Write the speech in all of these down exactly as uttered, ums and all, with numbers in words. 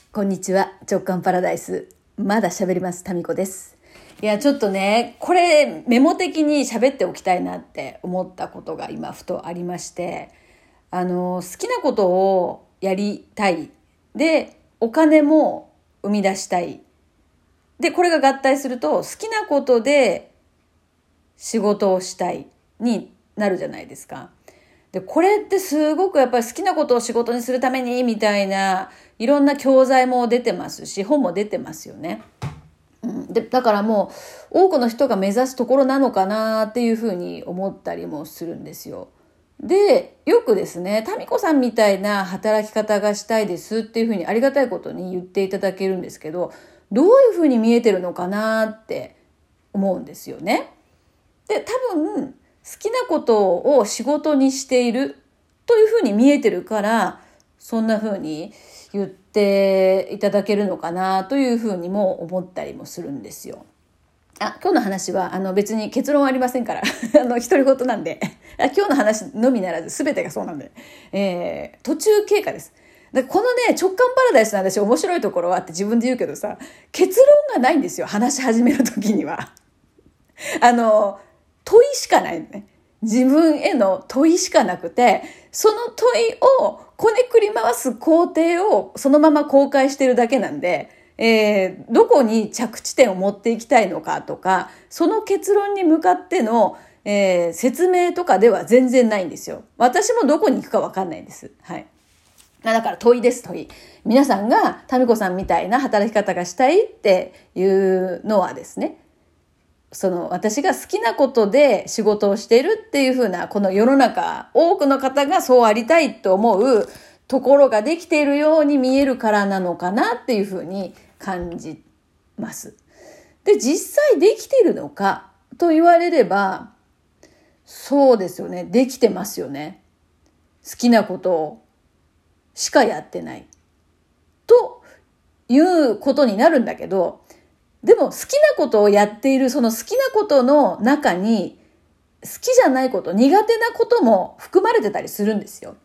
こんにちは。直感パラダイス。まだ喋ります。タミコです。いや、ちょっとね、これメモ的に喋っておきたいなって思ったことが今ふとありまして、あの、好きなことをやりたい。で、お金も生み出したい。で、これが合体すると、好きなことで仕事をしたいになるじゃないですか。で、これってすごくやっぱり好きなことを仕事にするためにみたいないろんな教材も出てますし、本も出てますよね。うん、で、だからもう多くの人が目指すところなのかなっていうふうに思ったりもするんですよ。で、よくですね、タミコさんみたいな働き方がしたいですっていうふうにありがたいことに言っていただけるんですけど、どういうふうに見えてるのかなって思うんですよね。で、多分好きなことを仕事にしているというふうに見えてるから、そんなふうに言っていただけるのかなというふうにも思ったりもするんですよ。あ、今日の話はあの別に結論はありませんからあの独り言なんで今日の話のみならず全てがそうなんで、えー、途中経過です。でこのね直感パラダイスの話面白いところはって自分で言うけどさ、結論がないんですよ。話し始める時にはあの問いしかないのね。自分への問いしかなくて、その問いをこねくり回す工程をそのまま公開してるだけなんで、えー、どこに着地点を持っていきたいのかとか、その結論に向かっての、えー、説明とかでは全然ないんですよ。私もどこに行くか分かんないんです。はい。だから問いです、問い。皆さんがタミコさんみたいな働き方がしたいっていうのはですね、その私が好きなことで仕事をしているっていう風なこの世の中、多くの方がそうありたいと思うところができているように見えるからなのかなっていう風に感じます。で、実際できているのかと言われれば、そうですよね。できてますよね。好きなことしかやってないということになるんだけど、でも好きなことをやっているその好きなことの中に好きじゃないこと、苦手なことも含まれてたりするんですよ。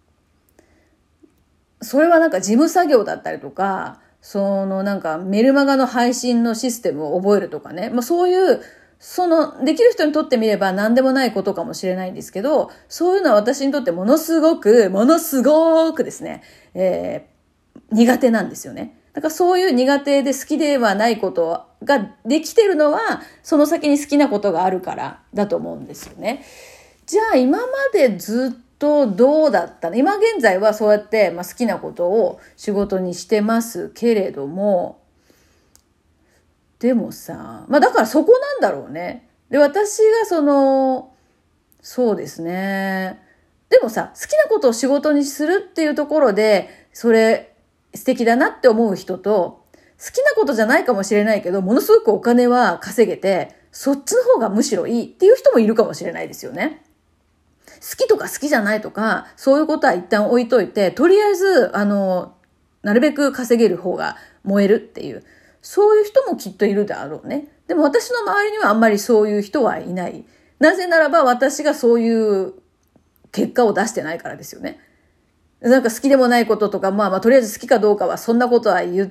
それはなんか事務作業だったりとか、そのなんかメルマガの配信のシステムを覚えるとかね。まあそういう、そのできる人にとってみれば何でもないことかもしれないんですけど、そういうのは私にとってものすごく、ものすごくですね、えー、苦手なんですよね。だからそういう苦手で好きではないことができてるのは、その先に好きなことがあるからだと思うんですよね。じゃあ今までずっとどうだったの？今現在はそうやって、まあ、好きなことを仕事にしてますけれども、でもさ、まあだからそこなんだろうね。で、私がその、そうですね。でもさ、好きなことを仕事にするっていうところで、それ、素敵だなって思う人と、好きなことじゃないかもしれないけど、ものすごくお金は稼げて、そっちの方がむしろいいっていう人もいるかもしれないですよね。好きとか好きじゃないとか、そういうことは一旦置いといて、とりあえず、あの、なるべく稼げる方が燃えるっていう、そういう人もきっといるだろうね。でも私の周りにはあんまりそういう人はいない。なぜならば私がそういう結果を出してないからですよね。なんか好きでもないこととか、まあまあとりあえず好きかどうかはそんなことは言って、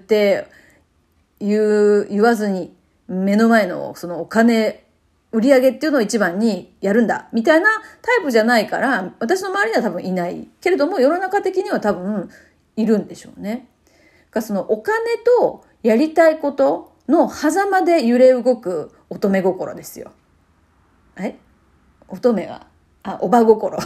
言う、言わずに、目の前のそのお金、売り上げっていうのを一番にやるんだ、みたいなタイプじゃないから、私の周りには多分いない。けれども世の中的には多分いるんでしょうね。かそのお金とやりたいことの狭間で揺れ動く乙女心ですよ。え乙女は、あ、おば心。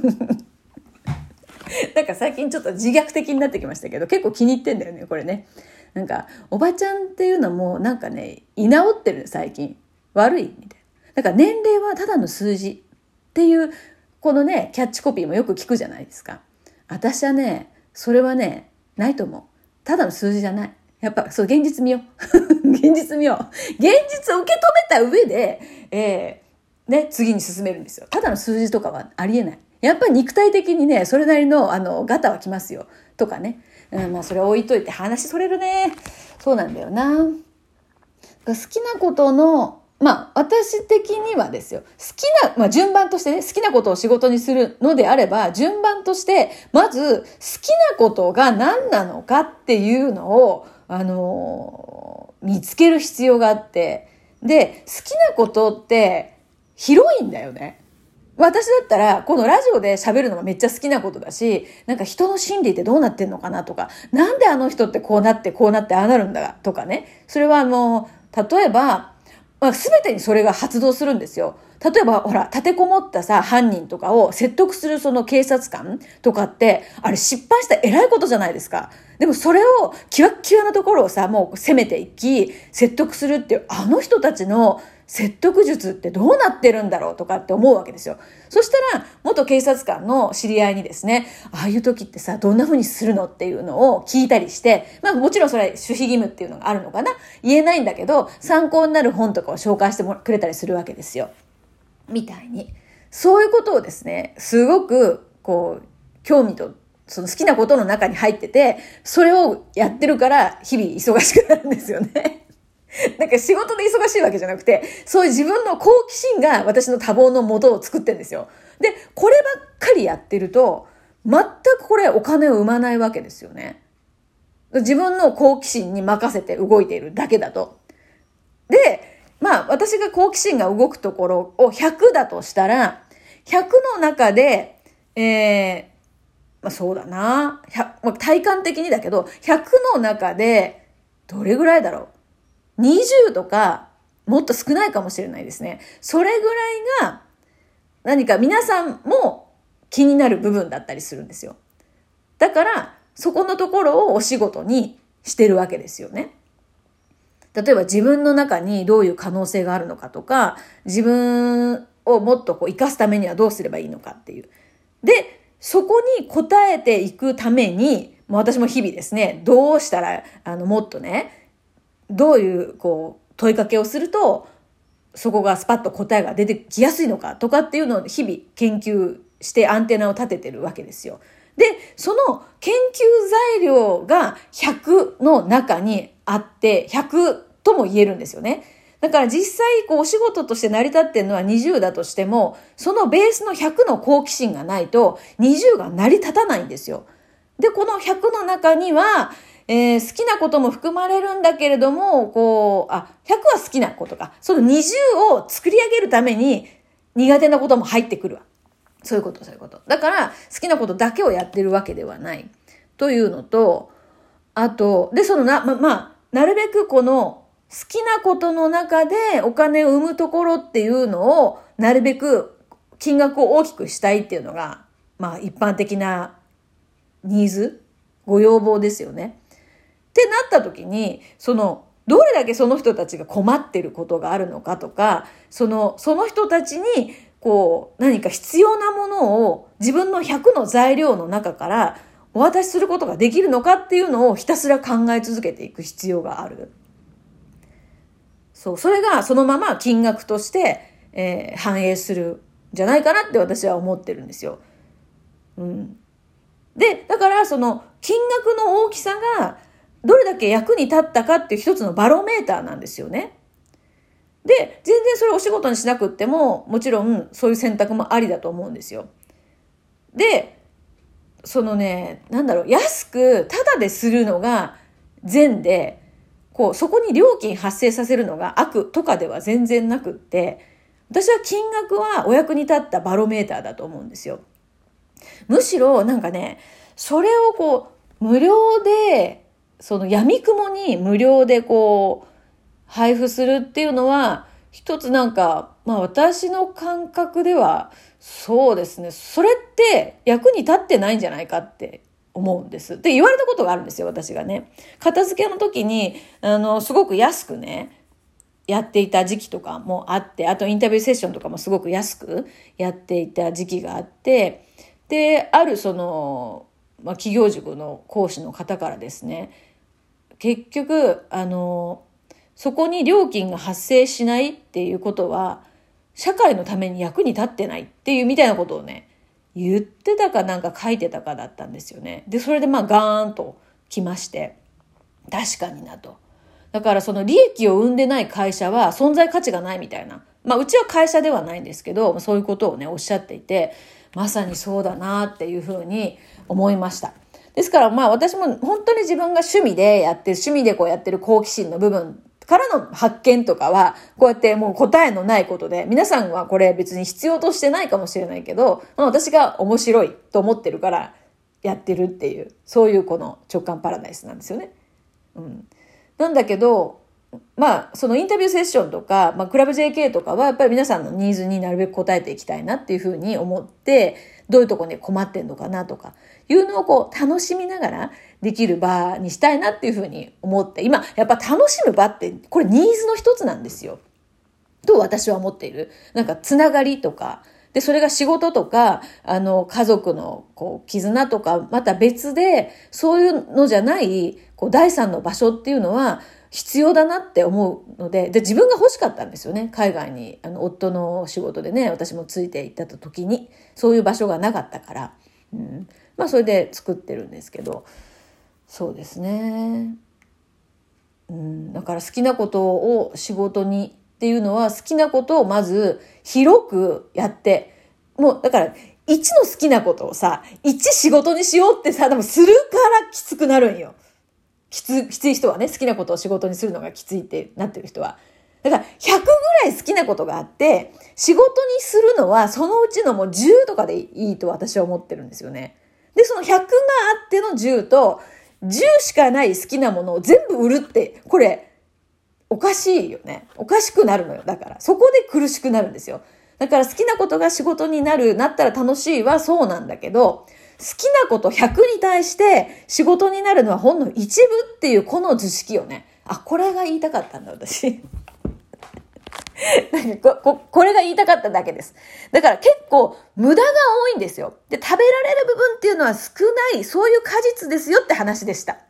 なんか最近ちょっと自虐的になってきましたけど、結構気に入ってんだよね、これね。なんか、おばちゃんっていうのもなんかね、居直ってる最近。悪いみたいな。だから年齢はただの数字っていう、このね、キャッチコピーもよく聞くじゃないですか。私はね、それはね、ないと思う。ただの数字じゃない。やっぱ、そう、現実見よう。現実見よう。現実を受け止めた上で、えー、ね、次に進めるんですよ。ただの数字とかはありえない。やっぱり肉体的にね、それなりの、あの、ガタはきますよ。とかね。うん、まあ、それ置いといて話それるね。そうなんだよな。好きなことのまあ私的にはですよ、好きな、まあ順番としてね、好きなことを仕事にするのであれば、順番として、まず好きなことが何なのかっていうのを、あのー、見つける必要があって、で、好きなことって広いんだよね。私だったら、このラジオで喋るのがめっちゃ好きなことだし、なんか人の心理ってどうなってんのかなとか、なんであの人ってこうなってこうなってああなるんだとかね。それはあの、例えば、まあ、全てにそれが発動するんですよ。例えば、ほら、立てこもったさ、犯人とかを説得するその警察官とかって、あれ失敗した偉いことじゃないですか。でもそれを、キワッキワなところをさ、もう攻めていき、説得するっていう、あの人たちの説得術ってどうなってるんだろうとかって思うわけですよ。そしたら、元警察官の知り合いにですね、ああいう時ってさ、どんな風にするのっていうのを聞いたりして、まあもちろんそれ守秘義務っていうのがあるのかな。言えないんだけど、参考になる本とかを紹介してもくれたりするわけですよ。みたいに。そういうことをですね、すごく、こう、興味と、その好きなことの中に入ってて、それをやってるから、日々忙しくなるんですよね。なんか仕事で忙しいわけじゃなくて、そういう自分の好奇心が私の多忙の元を作ってるんですよ。で、こればっかりやってると、全くこれお金を生まないわけですよね。自分の好奇心に任せて動いているだけだと。で、まあ私が好奇心が動くところをひゃくだとしたら、ひゃくの中で、えー、まあそうだな、まあ、体感的にだけど、ひゃくの中でどれぐらいだろう。にじゅうとか、もっと少ないかもしれないですね。それぐらいが、何か皆さんも気になる部分だったりするんですよ。だから、そこのところをお仕事にしてるわけですよね。例えば自分の中にどういう可能性があるのかとか、自分をもっとこう生かすためにはどうすればいいのかっていう。で、そこに応えていくために、もう私も日々ですね、どうしたら、あの、もっとね、どういう、こう、問いかけをすると、そこがスパッと答えが出てきやすいのかとかっていうのを日々研究してアンテナを立ててるわけですよ。で、その研究材料がひゃくの中にあって、ひゃくとも言えるんですよね。だから実際こうお仕事として成り立ってるのはにじゅうだとしても、そのベースのひゃくの好奇心がないとにじゅうが成り立たないんですよ。で、このひゃくの中には、えー、好きなことも含まれるんだけれども、こう、あ、ひゃくは好きなことか。そのにじゅうを作り上げるために苦手なことも入ってくるわ。そういうこと、そういうこと。だから、好きなことだけをやってるわけではない。というのと、あと、で、そのな、ま、まあ、なるべくこの好きなことの中でお金を生むところっていうのを、なるべく金額を大きくしたいっていうのが、まあ、一般的なニーズ、ご要望ですよね。ってなった時に、その、どれだけその人たちが困ってることがあるのかとか、その、その人たちに、こう、何か必要なものを自分のひゃくの材料の中からお渡しすることができるのかっていうのをひたすら考え続けていく必要がある。そう、それがそのまま金額として、えー、反映するんじゃないかなって私は思ってるんですよ。うん。で、だからその金額の大きさがどれだけ役に立ったかっていう一つのバロメーターなんですよね。で、全然それをお仕事にしなくっても、もちろんそういう選択もありだと思うんですよ。で、そのね、なんだろう、安くタダでするのが善で、こう、そこに料金発生させるのが悪とかでは全然なくって、私は金額はお役に立ったバロメーターだと思うんですよ。むしろなんかね、それをこう、無料で、その闇雲に無料でこう、配布するっていうのは、一つなんか、まあ私の感覚では、そうですね、それって役に立ってないんじゃないかって思うんです。って言われたことがあるんですよ、私がね。片付けの時に、あの、すごく安くね、やっていた時期とかもあって、あとインタビューセッションとかもすごく安くやっていた時期があって、で、あるその、まあ、企業塾の講師の方からですね、結局、あの、そこに料金が発生しないっていうことは、社会のために役に立ってないっていうみたいなことをね、言ってたかなんか書いてたかだったんですよね。で、それでまあガーンと来まして、確かになと。 だからその利益を生んでない会社は存在価値がないみたいな。まあうちは会社ではないんですけど、そういうことをね、おっしゃっていて、まさにそうだなっていうふうに思いました。ですからまあ私も本当に自分が趣味でやってる、趣味でこうやってる好奇心の部分からの発見とかは、こうやってもう答えのないことで、皆さんはこれ別に必要としてないかもしれないけど、まあ、私が面白いと思ってるからやってるっていう、そういうこの直感パラダイスなんですよね。うん。なんだけど、まあそのインタビューセッションとか、まあクラブ ジェーケー とかはやっぱり皆さんのニーズになるべく答えていきたいなっていうふうに思って、どういうところに困ってんのかなとかいうのをこう楽しみながらできる場にしたいなっていうふうに思って、今やっぱ楽しむ場ってこれニーズの一つなんですよと私は思っている。なんかつながりとかで、それが仕事とかあの家族のこう絆とかまた別で、そういうのじゃないこう第三の場所っていうのは必要だなって思うので、で自分が欲しかったんですよね。海外にあの夫の仕事でね、私もついて行った時にそういう場所がなかったから、うん、まあそれで作ってるんですけど、そうですね、うん、だから好きなことを仕事にっていうのは、好きなことをまず広くやって、もうだからいちの好きなことをさ、いち仕事にしようってさ、でもするからきつくなるんよ。きつ、きつい人はね、好きなことを仕事にするのがきついってなってる人は。だからひゃくぐらい好きなことがあって、仕事にするのはそのうちのもうじゅうとかでいいと私は思ってるんですよね。で、そのひゃくがあってのじゅうと、じゅうしかない好きなものを全部売るって、これ、おかしいよね。おかしくなるのよ。だから、そこで苦しくなるんですよ。だから好きなことが仕事になる、なったら楽しいはそうなんだけど、好きなことひゃくに対して仕事になるのはほんの一部っていうこの図式をね、あ、これが言いたかったんだ、私。なんかこ、こ、これが言いたかっただけです。だから結構無駄が多いんですよ。で、食べられる部分っていうのは少ない、そういう果実ですよって話でした。